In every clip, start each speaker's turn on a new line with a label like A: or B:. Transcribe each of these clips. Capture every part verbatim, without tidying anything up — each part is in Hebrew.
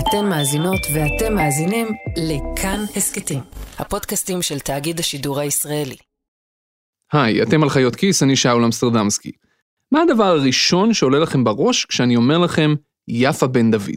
A: אתן מאזינות ואתם מאזינים לכאן הסקטים, הפודקאסטים של תאגיד השידור הישראלי.
B: היי, אתם על חיות כיס, אני שאול אמסטרדמסקי. מה הדבר הראשון שעולה לכם בראש כשאני אומר לכם יפה בן דוד?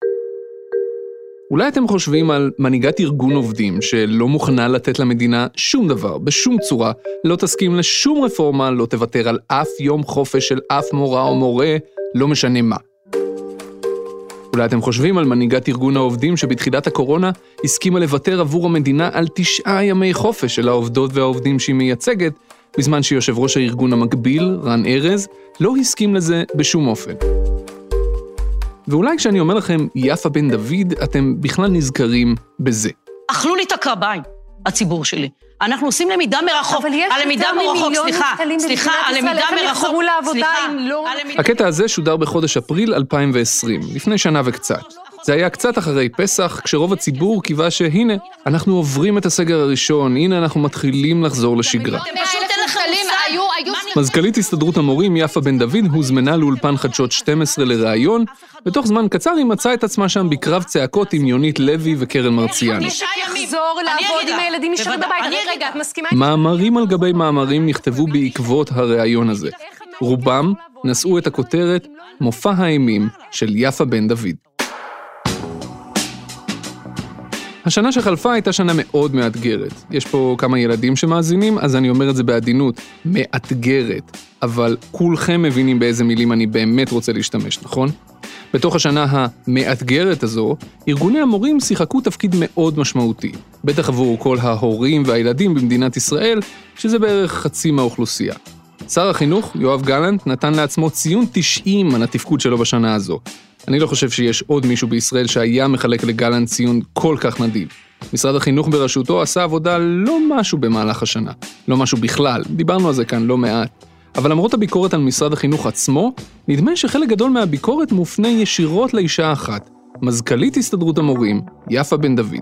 B: אולי אתם חושבים על מנהיגת ארגון עובדים שלא מוכנה לתת למדינה שום דבר, בשום צורה, לא תסכים לשום רפורמה, לא תוותר על אף יום חופש של אף מורה או מורה, לא משנה מה. אולי אתם חושבים על מנהיגת ארגון העובדים שבתחילת הקורונה הסכימה לוותר עבור המדינה על תשעה ימי חופש של העובדות והעובדים שהיא מייצגת, בזמן שיושב ראש הארגון המקביל, רן ארז, לא הסכים לזה בשום אופן. ואולי כשאני אומר לכם יפה בן דוד, אתם בכלל נזכרים בזה.
C: אכלו לי את הקרביים, הציבור שלי. אנחנו עושים למידה מרחוק.
D: אבל יש
C: הלמידה מרחוק, סליחה, סליחה, הלמידה מרחוק, סליחה.
B: הקטע הזה שודר בחודש אפריל אלפיים ועשרים, לפני שנה וקצת. זה היה קצת אחרי פסח, כשרוב הציבור קיווה שהנה, אנחנו עוברים את הסגר הראשון, הנה אנחנו מתחילים לחזור לשגרה. מזכ"לית הסתדרות המורים יפה בן דוד הוזמנה לאולפן חדשות שתים עשרה לראיון, בתוך זמן קצר היא מצאה את עצמה שם בקרב צעקות עם יונית לוי וקרן מרציאנו.
D: לחזור לעבוד עם הילדים נשארים בבית. רגע, את מסכימה?
B: מאמרים על גבי מאמרים נכתבו בעקבות הראיון הזה. רובם נשאו את הכותרת מופע האימים של יפה בן דוד. השנה שחלפה הייתה שנה מאוד מאתגרת. יש פה כמה ילדים שמאזינים, אז אני אומר את זה בעדינות, מאתגרת. אבל כולכם מבינים באיזה מילים אני באמת רוצה להשתמש, נכון? בתוך השנה המאתגרת הזו, ארגוני המורים שיחקו תפקיד מאוד משמעותי. בטח עבור כל ההורים והילדים במדינת ישראל, שזה בערך חצי מהאוכלוסייה. שר החינוך, יואב גלנט, נתן לעצמו ציון תשעים על התפקוד שלו בשנה הזו. אני לא חושב שיש עוד מישהו בישראל שהיה מחלק לגלנט ציון כל כך נדיב. משרד החינוך בראשותו עשה עבודה לא משהו במהלך השנה. לא משהו בכלל, דיברנו על זה כאן לא מעט. אבל למרות הביקורת על משרד החינוך עצמו, נדמה שחלק גדול מהביקורת מופנה ישירות לאישה אחת, מזכ"לית הסתדרות המורים, יפה בן דוד.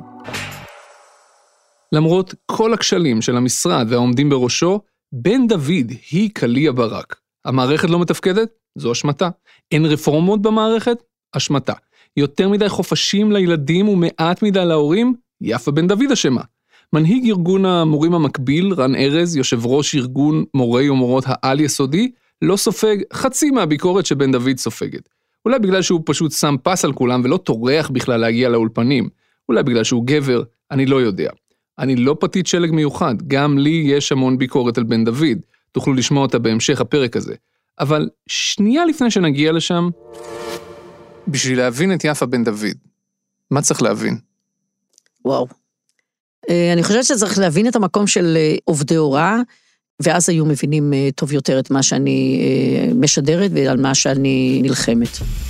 B: למרות כל הכשלים של המשרד והעומדים בראשו, בן דוד היא קליע ברק. המערכת לא מתפקדת? זו אשמתה. אין רפורמות במערכת? אשמתה. יותר מדי חופשים לילדים ומעט מדי להורים? יפה בן דוד אשמה. מנהיג ארגון המורים המקביל, רן ארז, יושב ראש ארגון מורי ומורות העל יסודי, לא סופג חצי מהביקורת שבן דוד סופגת. אולי בגלל שהוא פשוט שם פס על כולם ולא טורח בכלל להגיע לאולפנים. אולי בגלל שהוא גבר, אני לא יודע. אני לא פתית שלג מיוחד, גם לי יש המון ביקורת על בן דוד. תוכלו לשמוע אותה בהמשך הפרק הזה. אבל שנייה לפני שנגיע לשם, בשביל להבין את יפה בן דוד, מה צריך להבין?
C: וואו. אני חושבת שצריך להבין את המקום של עובדי הוראה, ואז היו מבינים טוב יותר את מה שאני משדרת ועל מה שאני נלחמת.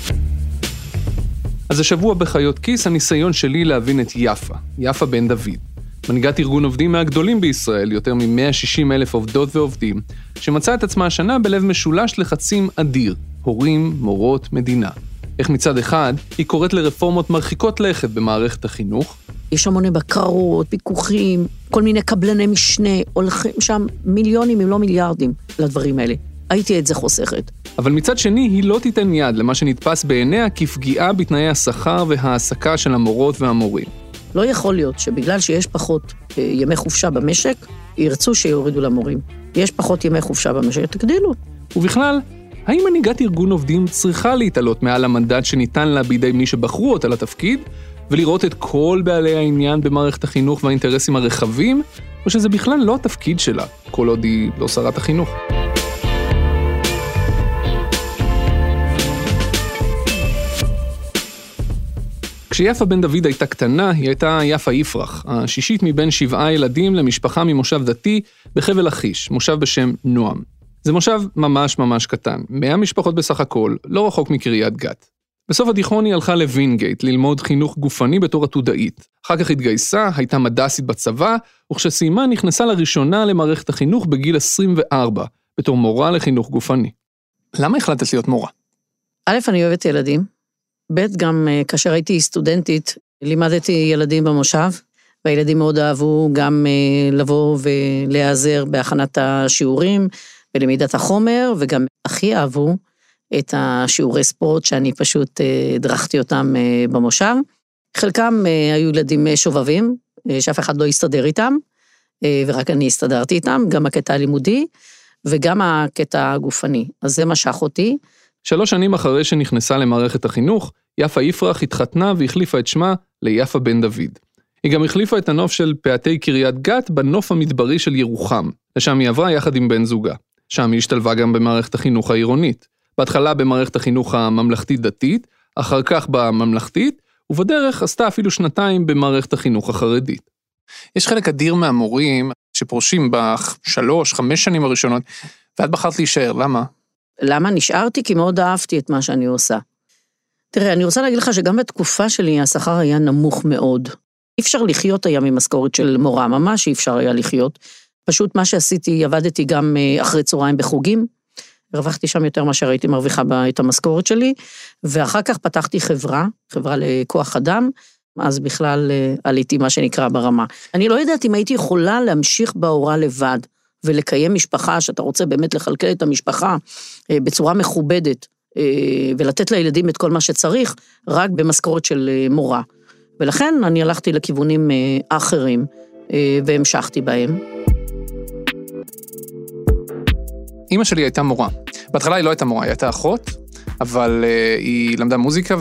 B: אז השבוע בחיות כיס הניסיון שלי להבין את יפה, יפה בן דוד. מנהיגת ארגון עובדים מהגדולים בישראל, יותר מ-מאה ושישים אלף עובדות ועובדים, שמצא את עצמה השנה בלב משולש לחצים אדיר, הורים, מורות, מדינה. איך מצד אחד היא קוראת לרפורמות מרחיקות לכת במערכת החינוך,
C: יש המון בקרות, פיקוחים, כל מיני קבלני משנה, הולכים שם מיליונים אם לא מיליארדים לדברים האלה. הייתי את זה חוסכת.
B: אבל מצד שני היא לא תיתן יד למה שנתפס בעיניה כפגיעה בתנאי השכר והעסקה של המורות והמורים.
C: לא יכול להיות שבגלל שיש פחות ימי חופשה במשק, ירצו שיורידו למורים. יש פחות ימי חופשה במשק, תגדילו.
B: ובכלל, האם מנהיגת ארגון עובדים צריכה להתעלות מעל המנדט שניתן לה בידי מי שבחרו אותה לתפקיד, ולראות את כל בעלי העניין במערכת החינוך והאינטרסים הרחבים, או שזה בכלל לא התפקיד שלה, כל עוד היא לא שרת החינוך? כשיפה בן דוד הייתה קטנה, היא הייתה יפה יפרח, השישית מבין שבעה ילדים למשפחה ממושב דתי בחבל לכיש, מושב בשם נועם. זה מושב ממש ממש קטן, מאה משפחות בסך הכל, לא רחוק מקריית גת. בסוף התיכון היא הלכה לווינגייט ללמוד חינוך גופני בתור עתודאית. אחר כך התגייסה, הייתה מדסית בצבא, וכשסיימה נכנסה לראשונה למערכת החינוך בגיל עשרים וארבע, בתור מורה לחינוך גופני. למה החלטת להיות מורה?
C: א', אני אוהבת ילדים. ב', גם כאשר הייתי סטודנטית, לימדתי ילדים במושב, והילדים מאוד אהבו גם לבוא ולהיעזר בהכנת השיעורים, בלמידת החומר, וגם הכי אהבו את השיעורי ספורט שאני פשוט דרכתי אותם במושב. חלקם היו ילדים שובבים, שאף אחד לא הסתדר איתם, ורק אני הסתדרתי איתם, גם הקטע הלימודי, וגם הקטע הגופני. אז זה משך אותי.
B: שלוש שנים אחרי שנכנסה למערכת החינוך, יפה יפרח התחתנה והחליפה את שמה ליפה בן דוד. היא גם החליפה את הנוף של פאתי קריית גת בנוף המדברי של ירוחם, לשם היא עברה יחד עם בן זוגה. שם היא השתלבה גם במערכת החינוך העירונית. בהתחלה במערכת החינוך הממלכתית-דתית, אחר כך בממלכתית, ובדרך עשתה אפילו שנתיים במערכת החינוך החרדית. יש חלק אדיר מהמורים שפורשים בשלוש, חמש שנים הראשונות, ואת בחרת להישאר, למה?
C: למה נשארתי? כי מאוד אהבתי את מה שאני עושה. תראה, אני רוצה להגיד לך שגם בתקופה שלי השכר היה נמוך מאוד. אי אפשר לחיות היה ממשכורת של מורה, ממש אי אפשר היה לחיות. פשוט מה שעשיתי, עבדתי גם אחרי צהריים בחוגים, הרווחתי שם יותר מה שראיתי מרוויחה את המשכורת שלי, ואחר כך פתחתי חברה, חברה לכוח אדם, אז בכלל עליתי מה שנקרא ברמה. אני לא יודעת אם הייתי יכולה להמשיך בהוראה לבד, ולקיים משפחה, שאתה רוצה באמת לכלכל את המשפחה בצורה מכובדת, ולתת לילדים את כל מה שצריך, רק במשכורת של מורה. ולכן אני הלכתי לכיוונים אחרים, והמשכתי בהם.
B: אמא שלי הייתה מורה. בהתחלה היא לא הייתה מורה, היא הייתה אחות, אבל uh, היא למדה מוזיקה,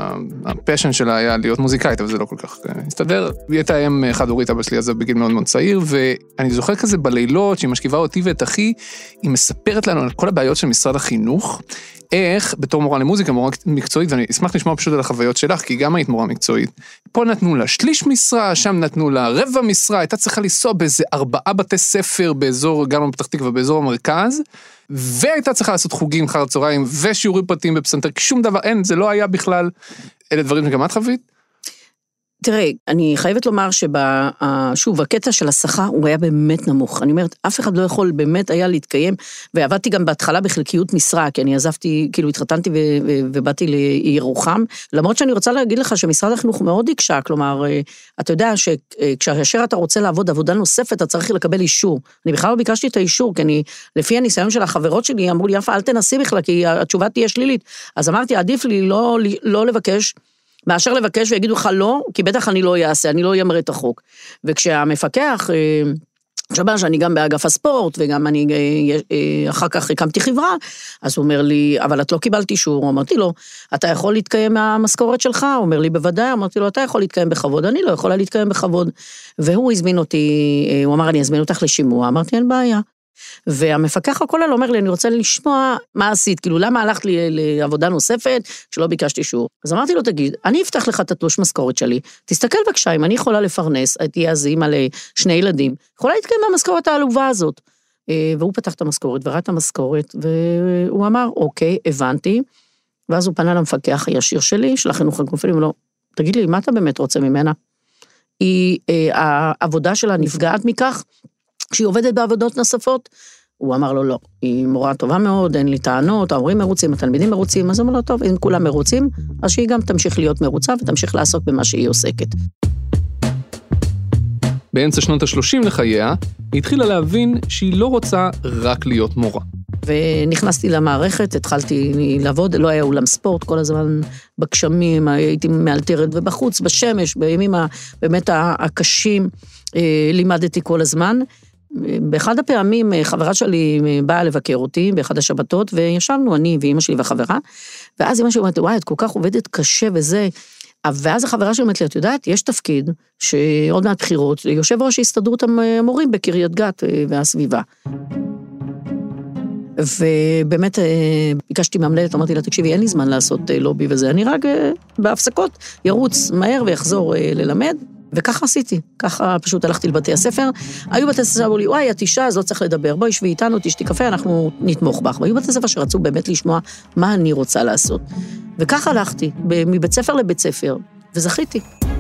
B: והפשן שלה היה להיות מוזיקאית, אבל זה לא כל כך uh, הסתדר. היא הייתה אם חד-הורית, אבא שלי עזב בגיל מאוד מאוד צעיר, ואני זוכר כזה בלילות, שהיא משכיבה אותי ואת אחי, היא מספרת לנו על כל הבעיות של משרד החינוך, איך בתור מורה למוזיקה, מורה מקצועית, ואני אשמח לשמוע פשוט על החוויות שלך, כי גם היית מורה מקצועית. פה נתנו לה שליש משרה, שם נתנו לה רבע משרה, הייתה צריכה לנסוע באיזה ארבעה בתי ספר, באזור, גם בפתח תקווה, באזור המרכז, והייתה צריכה לעשות חוגים אחר צהריים, ושיעורים פרטיים בפסנתר, כי שום דבר, אין, זה לא היה בכלל, אלה דברים שגם את חווית?
C: תראה, אני חייבת לומר ששוב, הקטע של השכר הוא היה באמת נמוך. אני אומרת, אף אחד לא יכול באמת היה להתקיים, ועבדתי גם בהתחלה בחלקיות משרה, כי אני עזבתי, כאילו התחתנתי ובאתי לירוחם, למרות שאני רוצה להגיד לך שמשרד החינוך מאוד הקשה, כלומר, אתה יודע שכאשר אתה רוצה לעבוד עבודה נוספת, אתה צריך לקבל אישור. אני בכלל לא ביקשתי את האישור, כי אני, לפי הניסיון של החברות שלי, אמרו לי, יפה, אל תנסי בכלל, כי התשובה תהיה שלילית. אז אמרתי, עדיף לי לא, לא לבקש, מאשר לבקש ויגידו לך לא, כי בטח אני לא אעשה, אני לא אמרה את החוק. וכשהמפקח, שאומר שאני גם באגף הספורט, וגם אני אחר כך הקמתי חברה, אז הוא אומר לי, אבל את לא קיבלת אישור, אמרתי לו, אתה יכול להתקיים מהמשכורת שלך? הוא אומר לי, בוודאי, אמרתי לו, אתה יכול להתקיים בכבוד, אני לא יכולה להתקיים בכבוד. והוא הזמין אותי, הוא אמר, אני אזמין אותך לשימוע, אמרתי, אין בעיה. והמפקח הכולל אומר לי, אני רוצה לשמוע מה עשית, כאילו למה הלכת לי לעבודה נוספת, שלא ביקשתי שור. אז אמרתי לו, תגיד, אני אפתח לך את התלוש משכורת שלי, תסתכל בבקשה, אם אני יכולה לפרנס, הייתי אז אימא לשני ילדים, יכולה להתקיים מהמשכורת העלובה הזאת. והוא פתח את המשכורת, וראה את המשכורת, והוא אמר, אוקיי, הבנתי, ואז הוא פנה למפקח הישיר שלי, של החינוך הגופני, ולא, תגיד לי, מה אתה באמת רוצה ממנה? היא, העבודה שלה נפגעת מכך, כשהיא עובדת בעבודות נוספות, הוא אמר לו, לא, היא מורה טובה מאוד, אין לי טענות, ההורים מרוצים, התלמידים מרוצים, אז הוא אמר לו, טוב, אם כולם מרוצים, אז שהיא גם תמשיך להיות מרוצה, ותמשיך לעסוק במה שהיא עוסקת.
B: באמצע שנות ה-שלושים לחייה, היא התחילה להבין שהיא לא רוצה רק להיות מורה.
C: ונכנסתי למערכת, התחלתי לעבוד, לא היה אולם ספורט, כל הזמן בגשמים, הייתי מאלתרת, ובחוץ, בשמש, בימים באמת הקשים, לימדתי כל הזמן. באחד הפעמים חברה שלי באה לבקר אותי, באחד השבתות, וישבנו אני ואמא שלי והחברה, ואז אמא שלי אומרת, וואי, את כל כך עובדת קשה וזה, ואז החברה שלי אומרת לי, את יודעת, יש תפקיד שעוד מעט בחירות, יושב ראש הסתדרות המורים בקריית גת והסביבה. ובאמת ביקשתי מהמנהלת, אמרתי לה, תקשיבי, אין לי זמן לעשות לובי וזה, אני רק בהפסקות ירוץ מהר ויחזור ללמד, וככה עשיתי, ככה פשוט הלכתי לבתי הספר, היו בתי הספר, אמרו לי, וואי, את אישה, אז לא צריך לדבר, בואי שבי איתנו, תשתי קפה, אנחנו נתמוך בך, והיו בתי הספר שרצו באמת לשמוע מה אני רוצה לעשות, וככה הלכתי, מבית ספר לבית ספר, וזכיתי.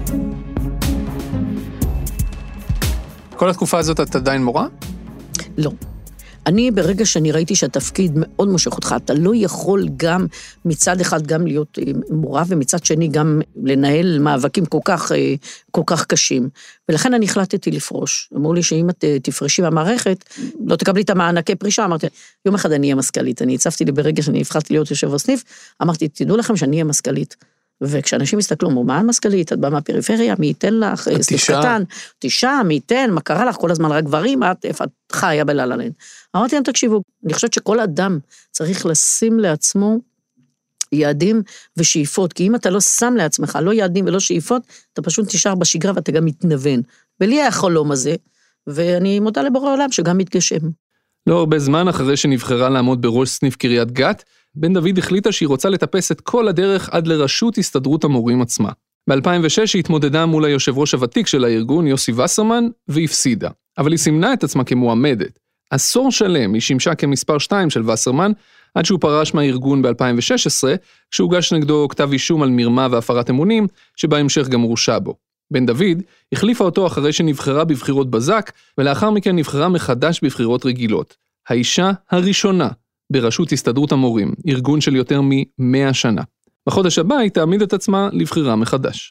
B: כל התקופה הזאת את עדיין מורה?
C: לא. אני ברגע שאני ראיתי שהתפקיד מאוד מושך אותך, אתה לא יכול גם מצד אחד גם להיות מורה, ומצד שני גם לנהל מאבקים כל כך, כל כך קשים. ולכן אני החלטתי לפרוש. אמרו לי שאם את תפרשי במערכת, לא תקבלי את המענקי פרישה, אמרתי, יום אחד אני אהיה משכלית. אני הצפתי לי ברגע שאני הפחדתי להיות יושב הסניף, אמרתי, תדעו לכם שאני אהיה משכלית. וכשאנשים מסתכלו, מה המשכלית, את באה מהפריפריה, מי ייתן לך, סניף קטן, תישה, מי ייתן, מה קרה לך, כל הזמן רק גברים, את, איפה את חיה בללנד. אמרתי להם, תקשיבו, אני חושבת שכל אדם צריך לשים לעצמו יעדים ושאיפות, כי אם אתה לא שם לעצמך, לא יעדים ולא שאיפות, אתה פשוט תשאר בשגרה ואתה גם מתנוון. ולי היה החלום הזה, ואני מודה לבורא העולם שגם מתגשם.
B: לא הרבה זמן אחרי שנבחרה לעמוד בראש סניף קריית גת, בן דוד החליטה שהיא רוצה לטפס את כל הדרך עד לראשות הסתדרות המורים עצמה. ב-אלפיים ושש היא התמודדה מול היושב ראש הוותיק של הארגון, יוסי וסרמן, והפסידה. אבל היא סימנה את עצמה כמועמדת. עשור שלם היא שימשה כמספר שתיים של וסרמן, עד שהוא פרש מהארגון ב-אלפיים ושש עשרה, כשהוגש נגדו כתב אישום על מרמה והפרת אמונים, שבהמשך גם הורשע בו. בן דוד החליפה אותו אחרי שנבחרה בבחירות בזק, ולאחר מכן נבחרה מחדש בבחירות רגילות. האישה הראשונה בראשות הסתדרות המורים, ארגון של יותר מ-מאה שנה. בחודש הבא היא תעמיד את עצמה לבחירה מחדש.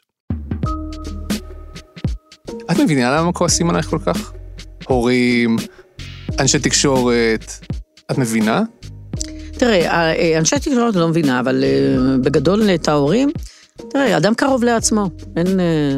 B: את מבינה למה כועסים עלייך כל כך? הורים, אנשי תקשורת, את מבינה?
C: תראה, אנשי תקשורת לא מבינה, אבל בגדול את ההורים, תראה, אדם קרוב לעצמו, אין,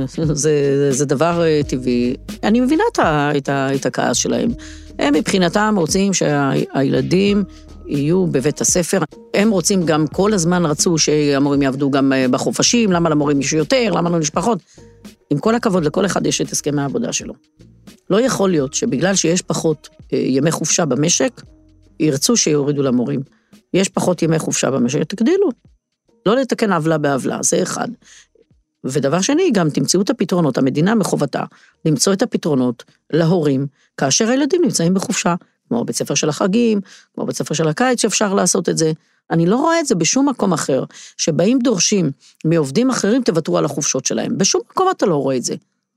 C: זה, זה דבר טבעי. אני מבינה את, את, את הכעס שלהם. הם מבחינתם רוצים שהילדים יהיו בבית הספר. הם רוצים גם כל הזמן רצו שהמורים יעבדו גם בחופשים, למה למורים יש יותר, למה לא נשפחות. עם כל הכבוד, לכל אחד יש את הסכמי העבודה שלו. לא יכול להיות שבגלל שיש פחות ימי חופשה במשק, ירצו שיורידו למורים. יש פחות ימי חופשה במשק, תגדילו. לא לתקן עוולה בעוולה, זה אחד. ודבר שני, גם תמצאו את הפתרונות, המדינה מחובתה, למצוא את הפתרונות להורים, כאשר הילדים נמצאים בחופשה, כמו בית ספר של החגים, כמו בית ספר של הקיץ שאפשר לעשות את זה. אני לא רואה את זה בשום מקום אחר, שבאים דורשים מעובדים אחרים תוותרו על החופשות שלהם. בשום מקום אתה לא רואה את זה.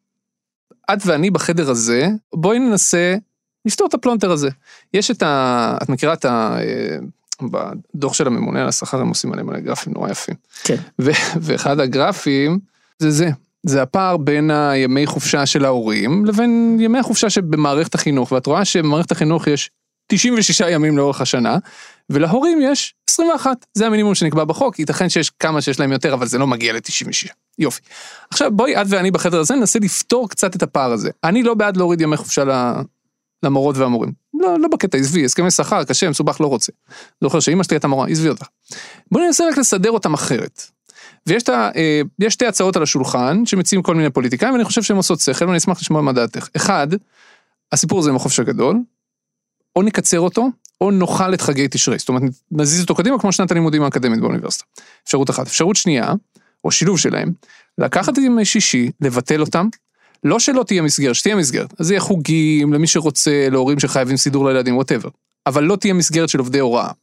B: את ואני בחדר הזה, בואי ננסה לפתור את הפלונטר הזה. יש את ה... את מכירה את ה... בדוח של הממונה על השכר הם עושים עליהם על הגרפים נורא יפים.
C: כן.
B: ו- ואחד הגרפים זה זה. זה הפער בין הימי חופשה של ההורים לבין ימי החופשה שבמערכת החינוך. ואת רואה שבמערכת החינוך יש תשעים ושישה ימים לאורך השנה, ולהורים יש עשרים ואחת. זה המינימום שנקבע בחוק. ייתכן שיש כמה שיש להם יותר, אבל זה לא מגיע ל-תשעים ושישה. יופי. עכשיו בואי, את ואני בחדר הזה ננסה לפתור קצת את הפער הזה. אני לא בעד להוריד ימי חופשה למורות והמורים. לא, לא בקטע, עזבי, הסכמי שכר, קשה, מסובך, לא רוצה. זוכר שאמא שלי הייתה מורה, עזבי אותה. בואו ננסה רק לסדר אותם אחרת. ויש שתי הצעות על השולחן, שמציעים כל מיני פוליטיקאים, ואני חושב שהם עושות שכל, ואני אשמח לשמוע מה דעתך. אחד, הסיפור הזה עם החופש הגדול, או נקצר אותו, או נאכל את חגי תשרי. זאת אומרת, נזיז אותו קדימה, כמו שנת הלימודים האקדמית באוניברסיטה. אפשרות אחת. אפשרות שנייה, או שילוב שלהם, לקחת את ימי שישי, לבטל אותם, לא שלא תהיה מסגרת, שתהיה מסגרת. אז זה יהיה חוגים למי שרוצה, להורים שחייבים סידור לילדים, whatever. אבל לא תהיה מסגרת של עובדי הוראה.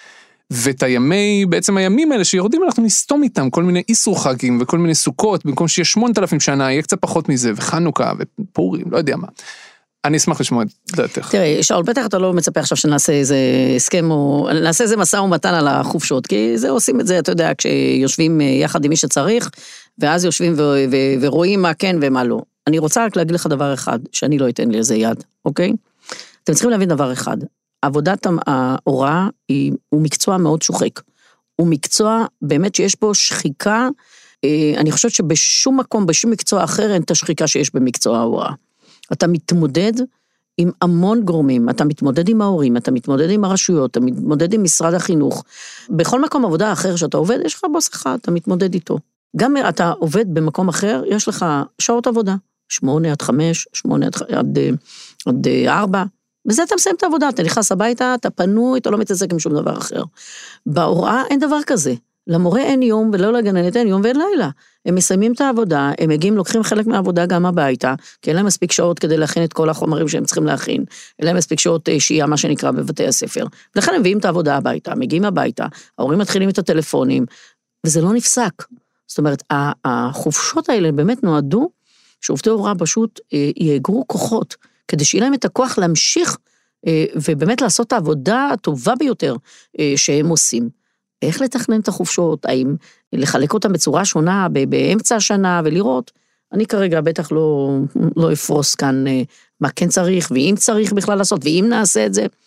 B: ואת הימי, בעצם הימים האלה שיורדים, אנחנו נסתום איתם כל מיני איסור חגים וכל מיני סוכות, במקום שיהיה שמונת אלפים שנה, יהיה קצת פחות מזה, וחנוכה ופורים, לא יודע מה. אני אשמח לשמוע את דעתך.
C: תראי, שאול, בטח אתה לא מצפה עכשיו שנעשה איזה הסכם, או נעשה איזה מסע ומתן על החופשות, כי זה עושים את זה, אתה יודע, כשיושבים יחד עם מי שצריך, ואז יושבים ו- ו- ורואים מה כן ומה לא. אני רוצה רק להגיד לך דבר אחד, שאני לא אתן לי איזה יד, אוקיי? אתם צריכים להבין דבר אחד, עבודת ההוראה היא, הוא מקצוע מאוד שוחק, הוא מקצוע באמת שיש בו שחיקה, אני חושבת שבשום מקום, בשום מקצוע אחר, אין את השחיקה שיש במקצוע ההוראה. אתה מתמודד עם המון גורמים, אתה מתמודד עם ההורים, אתה מתמודד עם הרשויות, אתה מתמודד עם משרד החינוך, בכל מקום עבודה אחר שאתה עובד, יש לך בוס אחד, אתה מתמודד איתו. גם אתה עובד במקום אחר, יש לך שעות עבודה, שמונה עד חמש, שמונה עד, עד, עד ארבע, וזה אתה מסיים את העבודה, אתה נכנס הביתה, אתה פנוי, אתה לא מתעסק עם שום דבר אחר. בהוראה אין דבר כזה, למורה אין יום ולא לגננת אין יום ואין לילה. הם מסיימים את העבודה, הם מגיעים, לוקחים חלק מהעבודה גם הביתה, כי אין להם מספיק שעות כדי להכין את כל החומרים שהם צריכים להכין, אין להם מספיק שעות שהייה, מה שנקרא, בבתי הספר. ולכן הם מביאים את העבודה הביתה, מגיעים הביתה, ההורים מתחילים את הטלפונים, וזה לא נפסק. זאת אומרת, החופשות האלה באמת נועדו, שעובדי הוראה פשוט יאגרו כוחות, כדי שיהיה להם את הכוח להמשיך, ובאמת לעשות את העבודה הטובה ביותר שהם עושים. איך לתכנן את החופשות, האם לחלק אותם בצורה שונה, באמצע השנה, ולראות, אני כרגע בטח לא, לא אפרוס כאן מה כן צריך, ואם צריך בכלל לעשות, ואם נעשה את זה,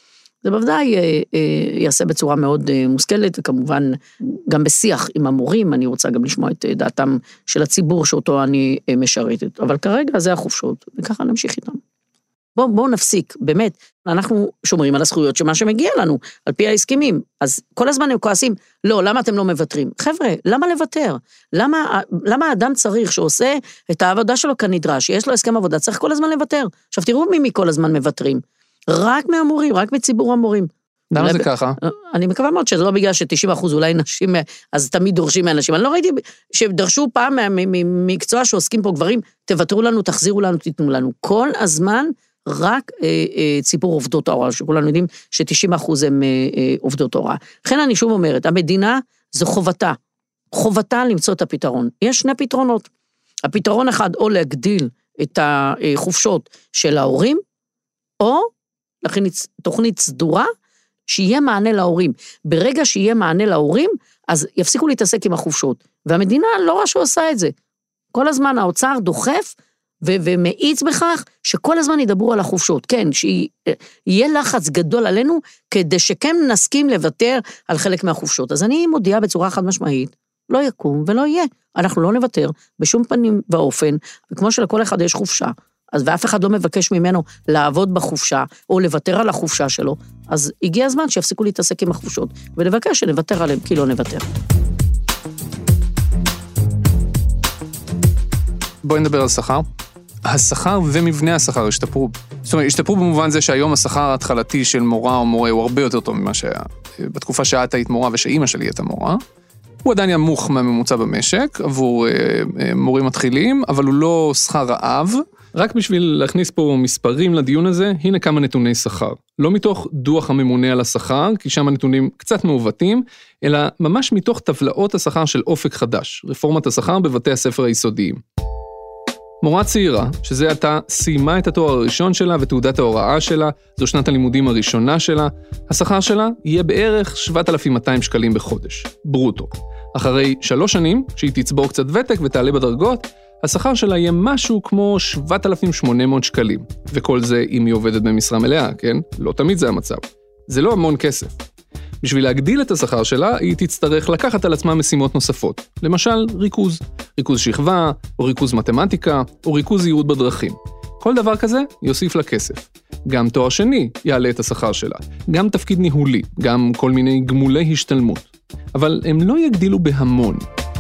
C: זה בוודאי יעשה בצורה מאוד מושכלת, וכמובן גם בשיח עם המורים, אני רוצה גם לשמוע את דעתם של הציבור שאותו אני משרתת, אבל כרגע זה החופשות, וככה נמשיך איתם. בואו בוא נפסיק, באמת, אנחנו שומרים על הזכויות שמה שמגיע לנו, על פי ההסכמים, אז כל הזמן הם כועסים, לא, למה אתם לא מוותרים? חבר'ה, למה לוותר? למה, למה האדם צריך שעושה את העבודה שלו כנדרש, שיש לו הסכם עבודה, צריך כל הזמן לוותר. עכשיו תראו מי מכל הזמן מוותרים, רק מהמורים, רק מציבור המורים.
B: למה זה ככה?
C: אני מקווה מאוד שזה לא בגלל ש-תשעים אחוז אולי נשים, אז תמיד דורשים מאנשים. אני לא ראיתי שדרשו פעם ממקצוע שעוסקים פה גברים, תוותרו לנו, תחזירו לנו, תיתנו לנו. כל הזמן רק אה, אה, ציבור עובדות ההוראה, שכולנו יודעים ש-תשעים אחוז הם אה, אה, עובדות ההוראה. לכן אני שוב אומרת, המדינה זו חובתה, חובתה למצוא את הפתרון. יש שני פתרונות. הפתרון אחד, או להגדיל את החופשות של ההורים, או להכין תוכנית סדורה, שיהיה מענה להורים. ברגע שיהיה מענה להורים, אז יפסיקו להתעסק עם החופשות. והמדינה לא רואה שהוא עושה את זה. כל הזמן האוצר דוחף, ו- ומאיץ בכך שכל הזמן ידברו על החופשות. כן, שיהיה לחץ גדול עלינו, כדי שכן נסכים לוותר על חלק מהחופשות. אז אני מודיעה בצורה חד משמעית, לא יקום ולא יהיה. אנחנו לא נוותר בשום פנים ואופן, וכמו שלכל אחד יש חופשה, אז ואף אחד לא מבקש ממנו לעבוד בחופשה, או לוותר על החופשה שלו, אז הגיע הזמן שיפסיקו להתעסק עם החופשות, ולבקש שנוותר עליהם, כי לא נוותר.
B: בואי נדבר על שכר. השכר ומבנה השכר השתפרו. זאת אומרת, השתפרו במובן זה שהיום השכר ההתחלתי של מורה או מורה הוא הרבה יותר טוב ממה שהיה. בתקופה שאת היית מורה ושאימא שלי הייתה מורה, הוא עדיין נמוך מהממוצע במשק עבור מורים מתחילים, אבל הוא לא שכר רעב. רק בשביל להכניס פה מספרים לדיון הזה, הנה כמה נתוני שכר. לא מתוך דוח הממונה על השכר, כי שם הנתונים קצת מעוותים, אלא ממש מתוך טבלאות השכר של אופק חדש, רפורמת השכר בבתי הספר היסודיים. מורה צעירה, שזה עתה סיימה את התואר הראשון שלה ותעודת ההוראה שלה, זו שנת הלימודים הראשונה שלה, השכר שלה יהיה בערך שבעת אלפים ומאתיים שקלים בחודש, ברוטו. אחרי שלוש שנים, כשהיא תצבור קצת ותק ותעלה בדרגות, השכר שלה יהיה משהו כמו שבעת אלפים ושמונה מאות שקלים, וכל זה אם היא עובדת במשרה מלאה, כן? לא תמיד זה המצב. זה לא המון כסף. בשביל להגדיל את השכר שלה, היא תצטרך לקחת על עצמה משימות נוספות. למשל, ריכוז. ריכוז שכבה, או ריכוז מתמטיקה, או ריכוז ייעוד בדרכים. כל דבר כזה יוסיף לה כסף. גם תואר שני יעלה את השכר שלה. גם תפקיד ניהולי, גם כל מיני גמולי השתלמות. אבל הם לא יגדילו בהמון.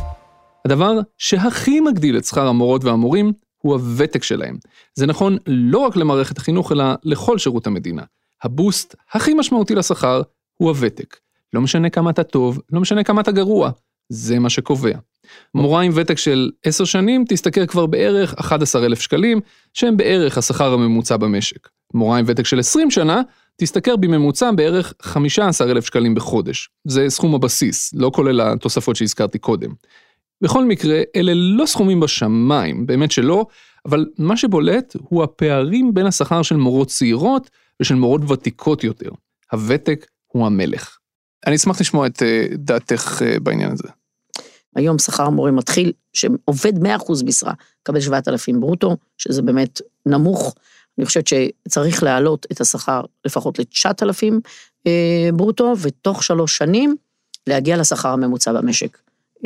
B: הדבר שהכי מגדיל את שכר המורות והמורים הוא הוותק שלהם. זה נכון לא רק למערכת החינוך, אלא לכל שירות המדינה. הבוסט הכי משמעותי לשכר הוא הוותק. לא משנה כמה אתה טוב, לא משנה כמה אתה גרוע. זה מה שקובע. מורה עם ותק של עשר שנים תסתכל כבר בערך אחד עשר אלף שקלים, שהם בערך השכר הממוצע במשק. מורה עם ותק של עשרים שנה תסתכל בממוצע בערך חמישה עשר אלף שקלים בחודש. זה סכום הבסיס, לא כולל התוספות שהזכרתי קודם. בכל מקרה, אלה לא סכומים בשמיים, באמת שלא, אבל מה שבולט הוא הפערים בין השכר של מורות צעירות ושל מורות ותיקות יותר. הוותק הוא המלך. אני אשמח לשמוע את דעתך בעניין הזה.
C: היום שכר מורה מתחיל, שעובד מאה אחוז משרה, קבל שבעת אלפים ברוטו, שזה באמת נמוך. אני חושבת שצריך להעלות את השכר לפחות ל-תשעת אלפים ברוטו, ותוך שלוש שנים להגיע לשכר הממוצע במשק.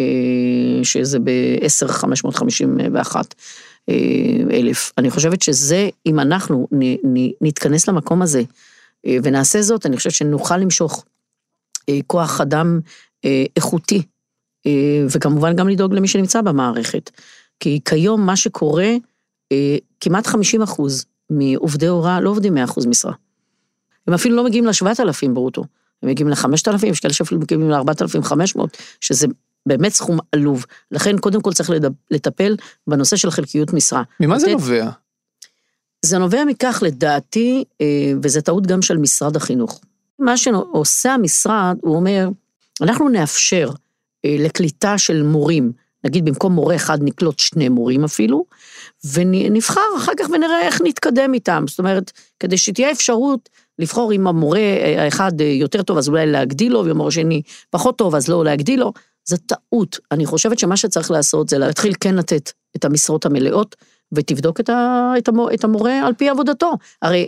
C: שזה ב-עשר אלף חמש מאות חמישים ואחת אלף. אני חושבת שזה, אם אנחנו נתכנס למקום הזה, ונעשה זאת, אני חושבת שנוכל למשוך כוח אדם איכותי, וכמובן גם לדאוג למי שנמצא במערכת. כי כיום מה שקורה, כמעט חמישים אחוז מעובדי הוראה לא עובדים מאה אחוז משרה. הם אפילו לא מגיעים ל-שבעת אלפים ברוטו, הם מגיעים ל-חמשת אלפים, יש כאלה שאפילו מגיעים ל-ארבעת אלפים וחמש מאות, שזה באמת סכום עלוב. לכן קודם כל צריך לטפל בנושא של חלקיות משרה.
B: ממה זה נובע?
C: זה נובע מכך לדעתי, וזה טעות גם של משרד החינוך. מה שעושה המשרד, הוא אומר, אנחנו נאפשר לקליטה של מורים, נגיד במקום מורה אחד נקלוט שני מורים אפילו, ונבחר אחר כך ונראה איך נתקדם איתם. זאת אומרת, כדי שתהיה אפשרות לבחור אם המורה האחד יותר טוב, אז אולי להגדיל לו, והמורה שני פחות טוב, אז לא להגדיל לו. זה טעות. אני חושבת שמה שצריך לעשות זה להתחיל כן לתת את המשרות המלאות, ותבדוק את, ה, את, המור, את המורה על פי עבודתו. הרי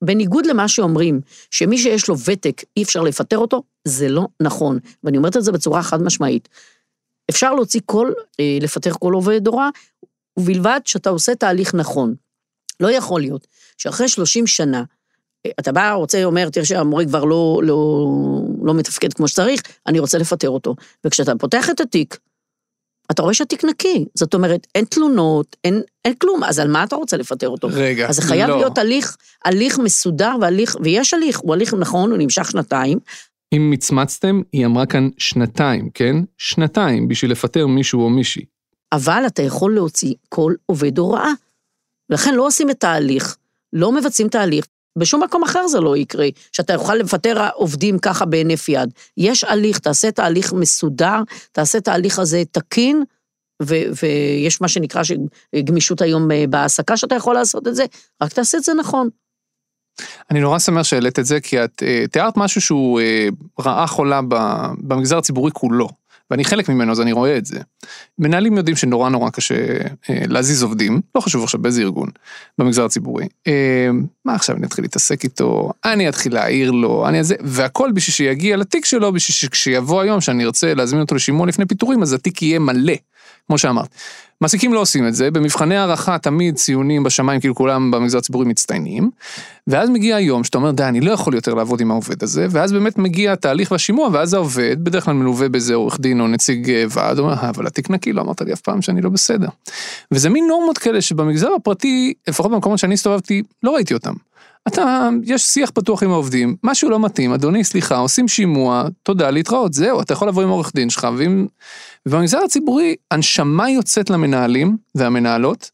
C: בניגוד למה שאומרים, שמי שיש לו ותק, אי אפשר לפטר אותו, זה לא נכון. ואני אומרת את זה בצורה חד משמעית. אפשר להוציא כל, לפטר כל עובד הוראה, ובלבד שאתה עושה תהליך נכון. לא יכול להיות שאחרי שלושים שנה, אתה בא, רוצה, אומר, תראה שהמורה כבר לא, לא, לא מתפקד כמו שצריך, אני רוצה לפטר אותו. וכשאתה פותח את התיק, אתה רואה שהתיק נקי. זאת אומרת, אין תלונות, אין, אין כלום, אז על מה אתה רוצה לפטר אותו?
B: רגע,
C: אז זה חייב
B: לא.
C: להיות הליך, הליך מסודר, והליך, ויש הליך, הוא הליך נכון, הוא נמשך שנתיים.
B: אם מצמצתם, היא אמרה כאן שנתיים, כן? שנתיים, בשביל לפטר מישהו או מישהי.
C: אבל אתה יכול להוציא כל עובד הוראה. לכן לא עושים את תהליך, לא מבצעים תהליך, בשום מקום אחר זה לא יקרה, שאתה יכול לפטר עובדים ככה בהינף יד. יש הליך, תעשה תהליך מסודר, תעשה תהליך הזה תקין, ו- ויש מה שנקרא גמישות היום בהעסקה, שאתה יכול לעשות את זה, רק תעשה את זה נכון.
B: אני נורא שמח שהעלית את זה, כי את תיארת משהו שהוא רעה חולה במגזר הציבורי כולו, ואני חלק ממנו, אז אני רואה את זה. מנהלים יודעים שנורא נורא קשה להזיז עובדים, לא חשוב עכשיו באיזה ארגון, במגזר הציבורי. מה עכשיו אני אתחיל להתעסק איתו, אני אתחיל להעיר לו, אני אזה, והכל בשביל שיגיע לתיק שלו, בשביל שכשיבוא היום שאני ארצה להזמין אותו לשימוע לפני פיטורים, אז התיק יהיה מלא, כמו שאמרת. מעסיקים לא עושים את זה, במבחני הערכה תמיד ציונים בשמיים, כאילו כולם במגזר הציבורי מצטיינים, ואז מגיע היום שאתה אומר, די, אני לא יכול יותר לעבוד עם העובד הזה, ואז באמת מגיע התהליך והשימוע, ואז העובד, בדרך כלל מלווה בזה עורך דין או נציג ועד, אומר, אבל התיק נקי, לא אמרת לי אף פעם שאני לא בסדר. וזה מין נורמות כאלה שבמגזר הפרטי, לפחות במקומות שאני הסתובבתי, לא ראיתי אותם. אתה, יש שיח פתוח עם העובדים, משהו לא מתאים, אדוני, סליחה, עושים שימוע, תודה, להתראות, זהו, אתה יכול לבוא עם עורך דין שלך, ועם... ובמגזר הציבורי, הנשמה יוצאת למנהלים והמנהלות,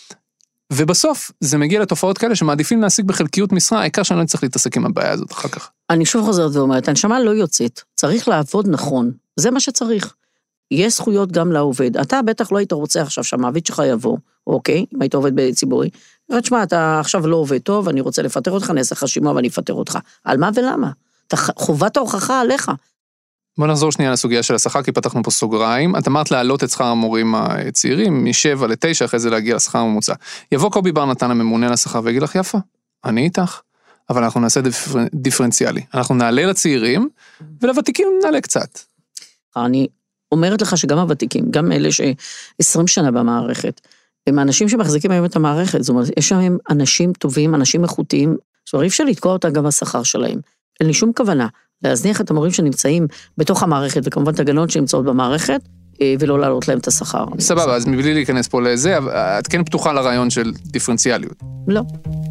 B: ובסוף זה מגיע לתופעות כאלה שמעדיפים להשיג בחלקיות משרה, העיקר שאני לא צריך להתעסק עם הבעיה הזאת אחר כך.
C: אני שוב חוזרת ואומרת, הנשמה לא יוצאת, צריך לעבוד נכון, זה מה שצריך. יש זכויות גם לעובד, אתה בטח לא היית רוצה עכשיו שהמעביד שלך יבוא, אוקיי, אם היית עובד בציבורי, רד שמה, אתה עכשיו לא עובד טוב, אני רוצה לפטר אותך, נעשה לך שימוע ואני אפטר אותך. על מה ולמה? חובת ההוכחה עליך.
B: בוא נחזור שנייה לסוגיה של השכר, כי פתחנו פה סוגריים. את אמרת להעלות את שכר המורים הצעירים, משבע לתשע, אחרי זה להגיע לשכר הממוצע. יבוא קובי בר נתן הממונה לשכר ויגיד לך, יפה, אני איתך, אבל אנחנו נעשה דיפר... דיפרנציאלי. אנחנו נעלה לצעירים, ולוותיקים נעלה קצת.
C: אני אומרת לך שגם הוותיקים, גם אלה ש-עשרים שנה במערכת, הם האנשים שמחזיקים היום את המערכת, זאת אומרת, יש שם אנשים טובים, אנשים איכותיים, זאת אומרת, אי אפשר לתקוע אותה גם בשכר שלהם. אין לי שום כוונה להזניח את המורים שנמצאים בתוך המערכת, וכמובן את הגננות שנמצאות במערכת, ולא להעלות להם את השכר.
B: סבבה, אז מבלי להיכנס פה לזה, את כן פתוחה לרעיון של דיפרנציאליות.
C: לא.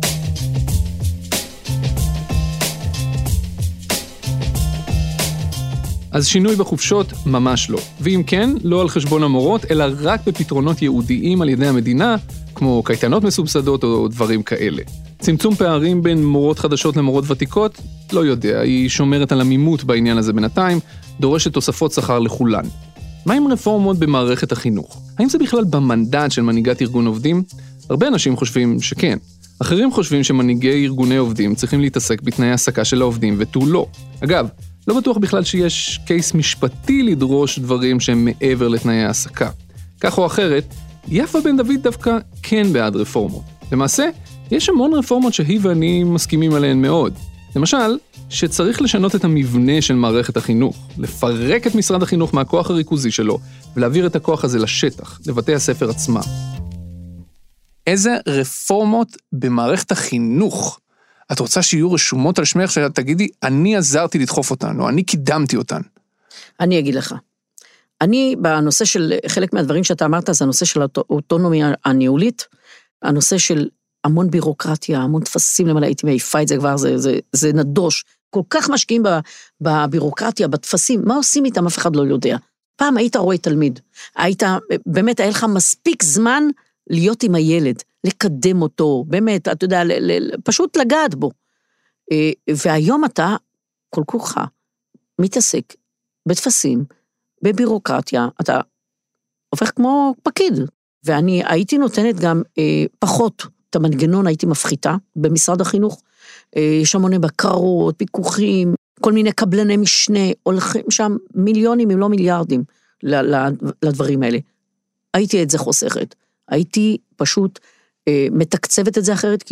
B: אז שינוי בחופשות ממש לא. ואם כן, לא על חשבון המורות, אלא רק בפתרונות ייעודיים על ידי המדינה, כמו קייטנות מסובסדות או דברים כאלה. צמצום פערים בין מורות חדשות למורות ותיקות, לא יודע, היא שומרת על עמימות בעניין הזה בינתיים, דורשת תוספות שכר לכולן. מה עם רפורמות במערכת החינוך? האם זה בכלל במנדט של מנהיגת ארגון עובדים? הרבה אנשים חושבים שכן. אחרים חושבים שמנהיגי ארגוני עובדים צריכים להתעסק בתנאי העסקה של העובדים ותו לא. אגב, לא בטוח בכלל שיש קייס משפטי לדרוש דברים שהם מעבר לתנאי העסקה. כך או אחרת, יפה בן דוד דווקא כן בעד רפורמות. למעשה, יש המון רפורמות שהיא ואני מסכימים עליהן מאוד. למשל, שצריך לשנות את המבנה של מערכת החינוך, לפרק את משרד החינוך מהכוח הריכוזי שלו, ולהעביר את הכוח הזה לשטח, לבתי הספר עצמם. איזה רפורמות במערכת החינוך את רוצה שיהיו רשומות על שמך, שתגידי, אני עזרתי לדחוף אותן, או אני קידמתי אותן?
C: אני אגיד לך. אני, בנושא של, חלק מהדברים שאתה אמרת, זה הנושא של האוטונומיה הניהולית, הנושא של המון בירוקרטיה, המון תפסים, למעלה הייתי מעיפה את זה כבר, זה, זה, זה נדוש. כל כך משקיעים בבירוקרטיה, בתפסים, מה עושים איתם? אף אחד לא יודע. פעם היית רואה תלמיד, היית, באמת, היה לך מספיק זמן להיות עם הילד, לקדם אותו, באמת, אתה יודע, ל, ל, פשוט לגעת בו. והיום אתה, כל כוחה, מתעסק בתפסים, בבירוקרטיה, אתה הופך כמו פקיד, ואני הייתי נותנת גם אה, פחות, את המנגנון הייתי מפחיתה במשרד החינוך, אה, יש המון בקרות, פיקוחים, כל מיני קבלני משנה, הולכים שם מיליונים אם לא מיליארדים לדברים האלה. הייתי את זה חוסכת, הייתי פשוט אה, מתקצבת את זה אחרת, כאילו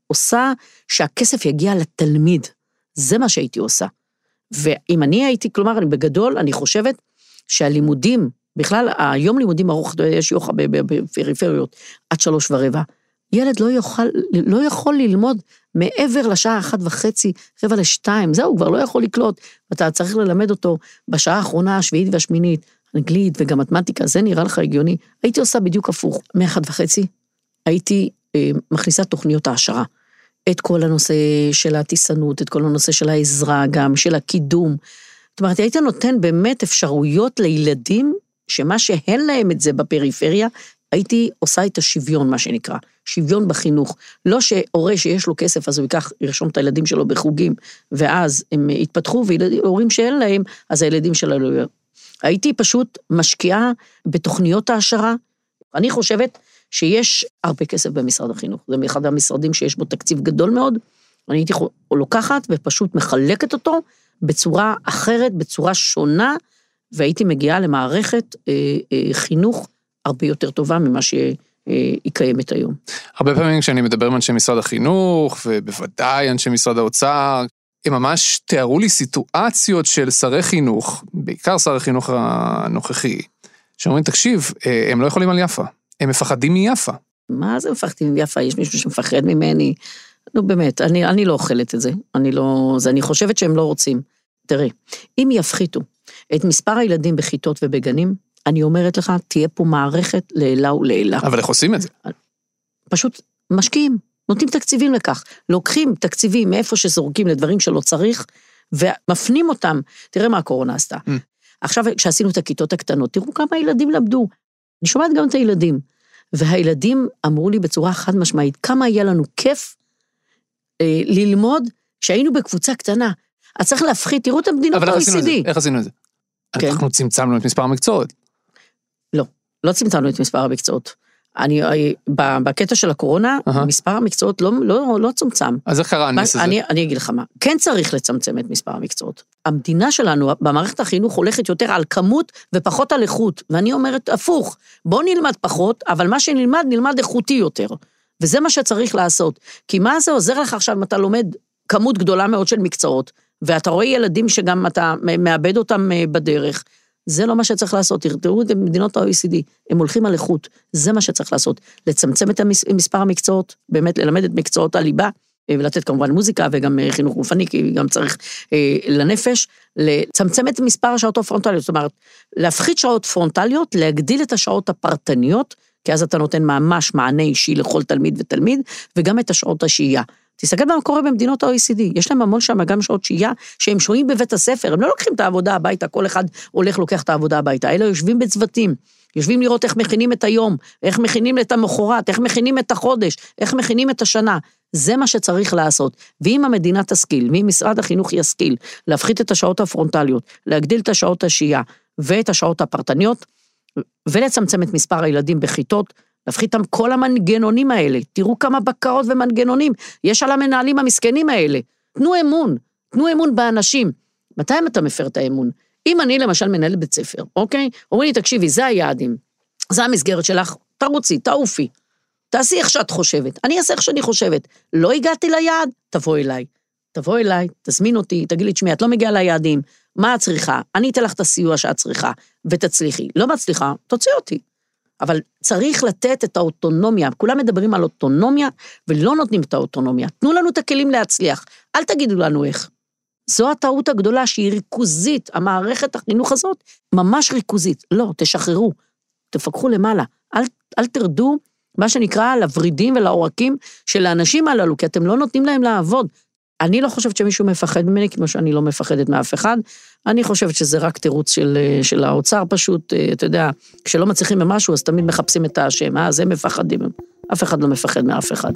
C: עושה שהכסף יגיע לתלמיד. זה מה שהייתי עושה. ואם אני הייתי, כלומר, אני בגדול, אני חושבת שהלימודים, בכלל, היום לימודים ארוך, יש יוחה בפריפריות, עד שלוש ורבע. ילד לא יוכל, לא יכול ללמוד מעבר לשעה אחת וחצי, רבע לשתיים, זהו, כבר לא יכול לקלוט, ואתה צריך ללמד אותו בשעה האחרונה, השביעית והשמינית, אנגלית וגם מתמטיקה, זה נראה לך הגיוני. הייתי עושה בדיוק הפוך, מאחת וחצי, הייתי אה, מכניסה תוכניות העשרה, את כל הנושא של הטיסנות, את כל הנושא של העזרה גם, של הקידום. זאת אומרת, היית נותן באמת אפשרויות לילדים, שמה שאין להם את זה בפריפריה, הייתי עושה את השוויון, מה שנקרא, שוויון בחינוך. לא שהורה שיש לו כסף, אז הוא ייקח, ירשום את הילדים שלו בחוגים, ואז הם יתפתחו, והורים שאין להם, אז הילדים שלו לא יהיו. הייתי פשוט משקיעה בתוכניות העשרה. אני חושבת שיש הרבה כסף במשרד החינוך. זה אחד המשרדים שיש בו תקציב גדול מאוד. אני הייתי לוקחת ופשוט מחלקת אותו בצורה אחרת, בצורה שונה, והייתי מגיעה למערכת אה, אה, חינוך הרבה יותר טובה ממה שהיא קיימת היום.
B: הרבה פעמים כשאני מדבר עם אנשי משרד החינוך, ובוודאי אנשי משרד האוצר, הם ממש תיארו לי סיטואציות של שרי חינוך, בעיקר שר החינוך הנוכחי, שאומרים, תקשיב, הם לא יכולים על יפה, הם מפחדים מיפה.
C: מה זה מפחדים מיפה? יש מישהו שמפחד ממני? נו באמת, אני, אני לא אוכלת את זה, אני לא, זה, אני חושבת שהם לא רוצים. תראה, אם יפחיתו את מספר הילדים בכיתות ובגנים, אני אומרת לך, תהיה פה מערכת לעילה ולעילה.
B: אבל איך עושים את זה?
C: פשוט משקיעים, נותנים תקציבים לכך, לוקחים תקציבים מאיפה שזורקים לדברים שלא צריך, ומפנים אותם, תראה מה הקורונה עשתה. Mm. עכשיו, כשעשינו את הכיתות הקטנות, תראו כמה ילדים למדו. אני שומעת גם את הילדים, והילדים אמרו לי בצורה חד משמעית, כמה היה לנו כיף אה, ללמוד, כשהיינו בקבוצה קטנה. אז צריך להפחית, תראו את המדינות ה-או אי סי די.
B: איך עשינו את זה? כן. אנחנו צמצמנו את מספר המקצועות.
C: לא, לא צמצמנו את מספר המקצועות. אני, בקטע של הקורונה, uh-huh. מספר המקצועות לא, לא, לא צומצם.
B: אז איך קרה הנס הזה?
C: אני, אני אגיד לך מה, כן צריך לצמצם את מספר המקצועות. המדינה שלנו, במערכת החינוך, הולכת יותר על כמות ופחות על איכות, ואני אומרת, הפוך, בוא נלמד פחות, אבל מה שנלמד, נלמד איכותי יותר. וזה מה שצריך לעשות. כי מה זה עוזר לך עכשיו אם אתה לומד כמות גדולה מאוד של מקצועות, ואתה רואה ילדים שגם אתה מאבד אותם בדרך, זה לא מה שצריך לעשות, תראו את מדינות ה-או אי סי די, הם הולכים על איכות, זה מה שצריך לעשות, לצמצם את מספר המקצועות, באמת ללמד את מקצועות הליבה, ולתת כמובן מוזיקה וגם חינוך גופני, כי גם צריך לנפש, לצמצם את מספר השעות הפרונטליות, זאת אומרת, להפחית שעות פרונטליות, להגדיל את השעות הפרטניות, כי אז אתה נותן ממש מענה אישי לכל תלמיד ותלמיד, וגם את השעות השהייה. תסתכל מה קורה במדינות ה-או אי סי די, יש להם המון שם גם שעות שהייה, שהם שוהים בבית הספר, הם לא לוקחים את העבודה הביתה, כל אחד הולך לוקח את העבודה הביתה, אלה יושבים בצוותים, יושבים לראות איך מכינים את היום, איך מכינים את המחרת, איך מכינים את החודש, איך מכינים את השנה, זה מה שצריך לעשות, ואם המדינה תשכיל, ואם משרד החינוך ישכיל, להפחית את השעות הפרונטליות, להגדיל את השעות השהייה, ואת השעות הפרטניות, ולצמצם את מספר הילדים בכיתות, להפחית את כל המנגנונים האלה, תראו כמה בקרות ומנגנונים, יש על המנהלים המסכנים האלה, תנו אמון, תנו אמון באנשים, מתי אתה מפר את האמון? אם אני למשל מנהל בית ספר, אוקיי? אומרים לי, תקשיבי, זה היעדים, זה המסגרת שלך, תרוצי, תעופי, תעשי איך שאת חושבת, אני אעשה איך שאני חושבת, לא הגעתי ליעד, תבוא אליי, תבוא אליי, תזמין אותי, תגיד לי, תשמעי, את לא מגיעה ליעדים, מה את צריכה? אני אתן לך את הסיוע שאת צריכה, ותצליחי, לא מצליחה, תוציא אותי. אבל צריך לתת את האוטונומיה, כולם מדברים על אוטונומיה, ולא נותנים את האוטונומיה, תנו לנו את הכלים להצליח, אל תגידו לנו איך. זו הטעות הגדולה שהיא ריכוזית, המערכת החינוך הזאת, ממש ריכוזית, לא, תשחררו, תפקחו למעלה, אל, אל תרדו, מה שנקרא, לוורידים ולעורקים של האנשים הללו, כי אתם לא נותנים להם לעבוד. אני לא חושבת שמישהו מפחד ממני, כמו שאני לא מפחדת מאף אחד, אני חושבת שזה רק תירוץ של, של האוצר פשוט, אתה יודע, כשלא מצליחים במשהו, אז תמיד מחפשים את השם, אה, אז הם מפחדים, אף אחד לא מפחד מאף אחד.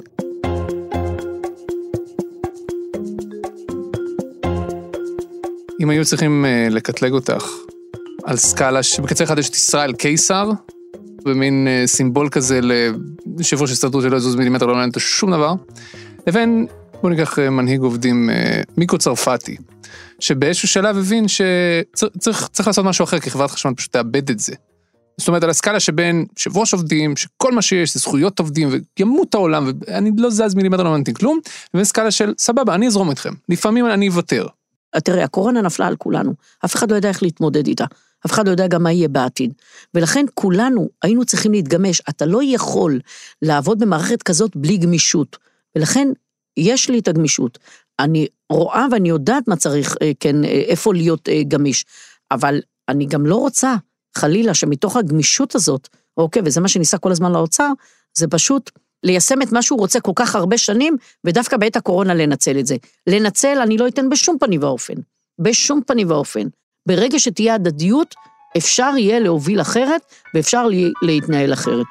B: אם היו צריכים לקטלג אותך על סקאלה, שבקצה אחד יש את ישראל קיסר, במין סימבול כזה ליושב ראש הסתדרות שלא יזוז מילימטר, לא מעניין אותו שום דבר, לבין, בוא ניקח מנהיג עובדים, מיקו צרפתי, שבאיזשהו שלב הבין שצריך צריך לעשות משהו אחר, כי חברת חשמל פשוט תאבד את זה. זאת אומרת, על הסקאלה שבין יושב ראש עובדים, שכל מה שיש זה זכויות עובדים, וימות העולם, ואני לא זז מילימטר, לא מנתן כלום, ובין סקאלה של, סבבה, אני אזרום איתכם. לפעמים אני אוותר.
C: תראה, הקורונה נפלה על כולנו. אף אחד לא יודע איך להתמודד איתה. אף אחד לא יודע גם מה יהיה בעתיד. ולכן כולנו היינו צריכים להתגמש. אתה לא יכול לעבוד במערכת כזאת בלי גמישות. ולכן יש לי את הגמישות. אני רואה ואני יודעת מה צריך, כן, איפה להיות גמיש. אבל אני גם לא רוצה, חלילה, שמתוך הגמישות הזאת, אוקיי, וזה מה שניסה כל הזמן לאוצר, זה פשוט ליישם את מה שהוא רוצה כל כך הרבה שנים, ודווקא בעת הקורונה לנצל את זה. לנצל אני לא אתן בשום פנים ואופן. בשום פנים ואופן. ברגע שתהיה הדדיות, אפשר יהיה להוביל אחרת, ואפשר להתנהל אחרת.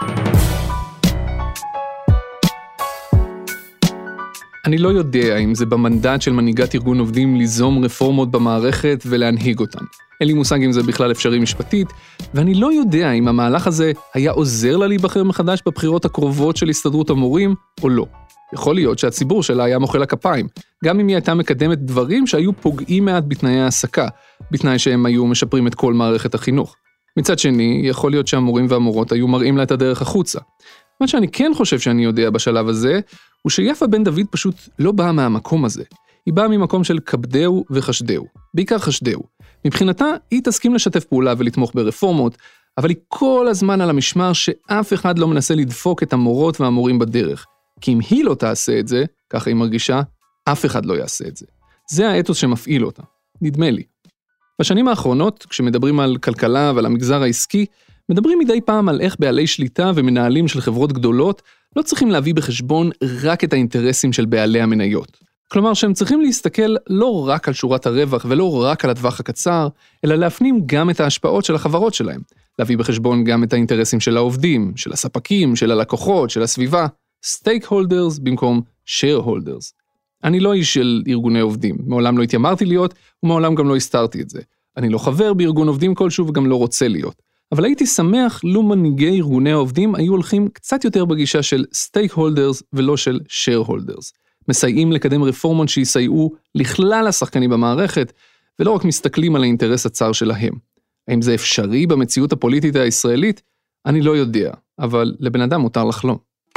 B: אני לא יודע אם זה במנדט של מנהיגת ארגון עובדים ליזום רפורמות במערכת ולהנהיג אותן. אין לי מושג אם זה בכלל אפשרי משפטית, ואני לא יודע אם המהלך הזה היה עוזר לה להיבחר מחדש בבחירות הקרובות של הסתדרות המורים או לא. יכול להיות שהציבור שלה היה מוחא לה כפיים, גם אם היא הייתה מקדמת דברים שהיו פוגעים מעט בתנאי העסקה, בתנאי שהם היו משפרים את כל מערכת החינוך. מצד שני, יכול להיות שהמורים והמורות היו מראים לה את הדרך החוצה. מה שאני כן חושב שאני יודע בשלב הזה, הוא שיפה בן דוד פשוט לא באה מהמקום הזה. היא באה ממקום של כבדהו וחשדהו, בעיקר חשדהו. מבחינתה, היא תסכים לשתף פעולה ולתמוך ברפורמות, אבל היא כל הזמן על המשמר שאף אחד לא מנסה לדפוק את המורות והמורים בדרך. כי אם היא לא תעשה את זה, ככה היא מרגישה, אף אחד לא יעשה את זה. זה האתוס שמפעיל אותה, נדמה לי. בשנים האחרונות, כשמדברים על כלכלה ועל המגזר העסקי, מדברים מדי פעם על איך בעלי שליטה ומנהלים של חברות גדולות לא צריכים להביא בחשבון רק את האינטרסים של בעלי המניות. כלומר שהם צריכים להסתכל לא רק על שורת הרווח ולא רק על הטווח הקצר, אלא להפנים גם את ההשפעות של החברות שלהם. להביא בחשבון גם את האינטרסים של העובדים, של הספקים, של הלקוחות, של הסביבה. stakeholders במקום shareholders. אני לא איש של ארגוני עובדים, מעולם לא התיימרתי להיות, ומעולם גם לא הסתרתי את זה. אני לא חבר בארגון עובדים כלשהו וגם לא רוצה להיות. אבל הייתי שמח לו מנהיגי ארגוני העובדים היו הולכים קצת יותר בגישה של stakeholders ולא של shareholders. מסייעים לקדם רפורמות שיסייעו לכלל השחקנים במערכת, ולא רק מסתכלים על האינטרס הצר שלהם. האם זה אפשרי במציאות הפוליטית הישראלית? אני לא יודע, אבל לבן אדם מותר לחלום.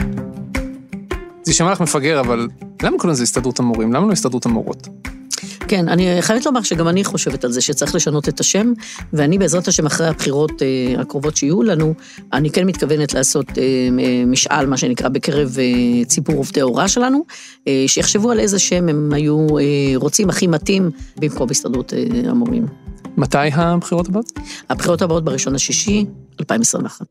B: זה יישמע לך מפגר, אבל למה קוראים לזה הסתדרות המורים? למה לא הסתדרות המורות?
C: כן, אני חייבת לומר שגם אני חושבת על זה שצריך לשנות את השם, ואני בעזרת השם אחרי הבחירות אה, הקרובות שיהיו לנו, אני כן מתכוונת לעשות אה, משאל, מה שנקרא, בקרב אה, ציבור עובדי ההוראה שלנו, אה, שיחשבו על איזה שם הם היו אה, רוצים הכי מתאים במקום הסתדרות אה, המורים.
B: מתי הבחירות הבאות?
C: הבחירות הבאות בראשון לשישי, אלפיים עשרים ואחת.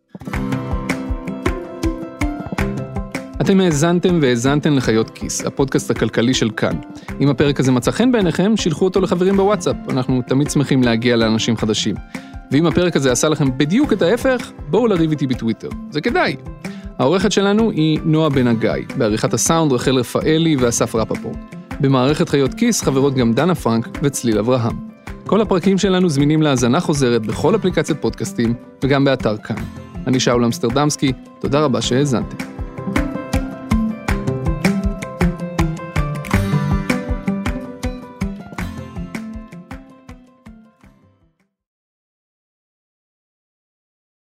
B: אתם האזנתם והאזנתם לחיות כיס, הפודקאסט הכלכלי של כאן. אם הפרק הזה מצא חן בעיניכם, שילחו אותו לחברים בוואטסאפ, אנחנו תמיד שמחים להגיע לאנשים חדשים. ואם הפרק הזה עשה לכם בדיוק את ההפך, בואו לריב איתי בטוויטר, זה כדאי. העורכת שלנו היא נועה בן הגיא, בעריכת הסאונד רחל רפאלי ואסף רפפורט. במערכת חיות כיס חברות גם דנה פרנק וצליל אברהם. כל הפרקים שלנו זמינים להאזנה חוזרת בכל אפליקציית פודקאסטים וגם באתר כאן. אני שאול אמסטרדמסקי, תודה רבה שהאזנתם.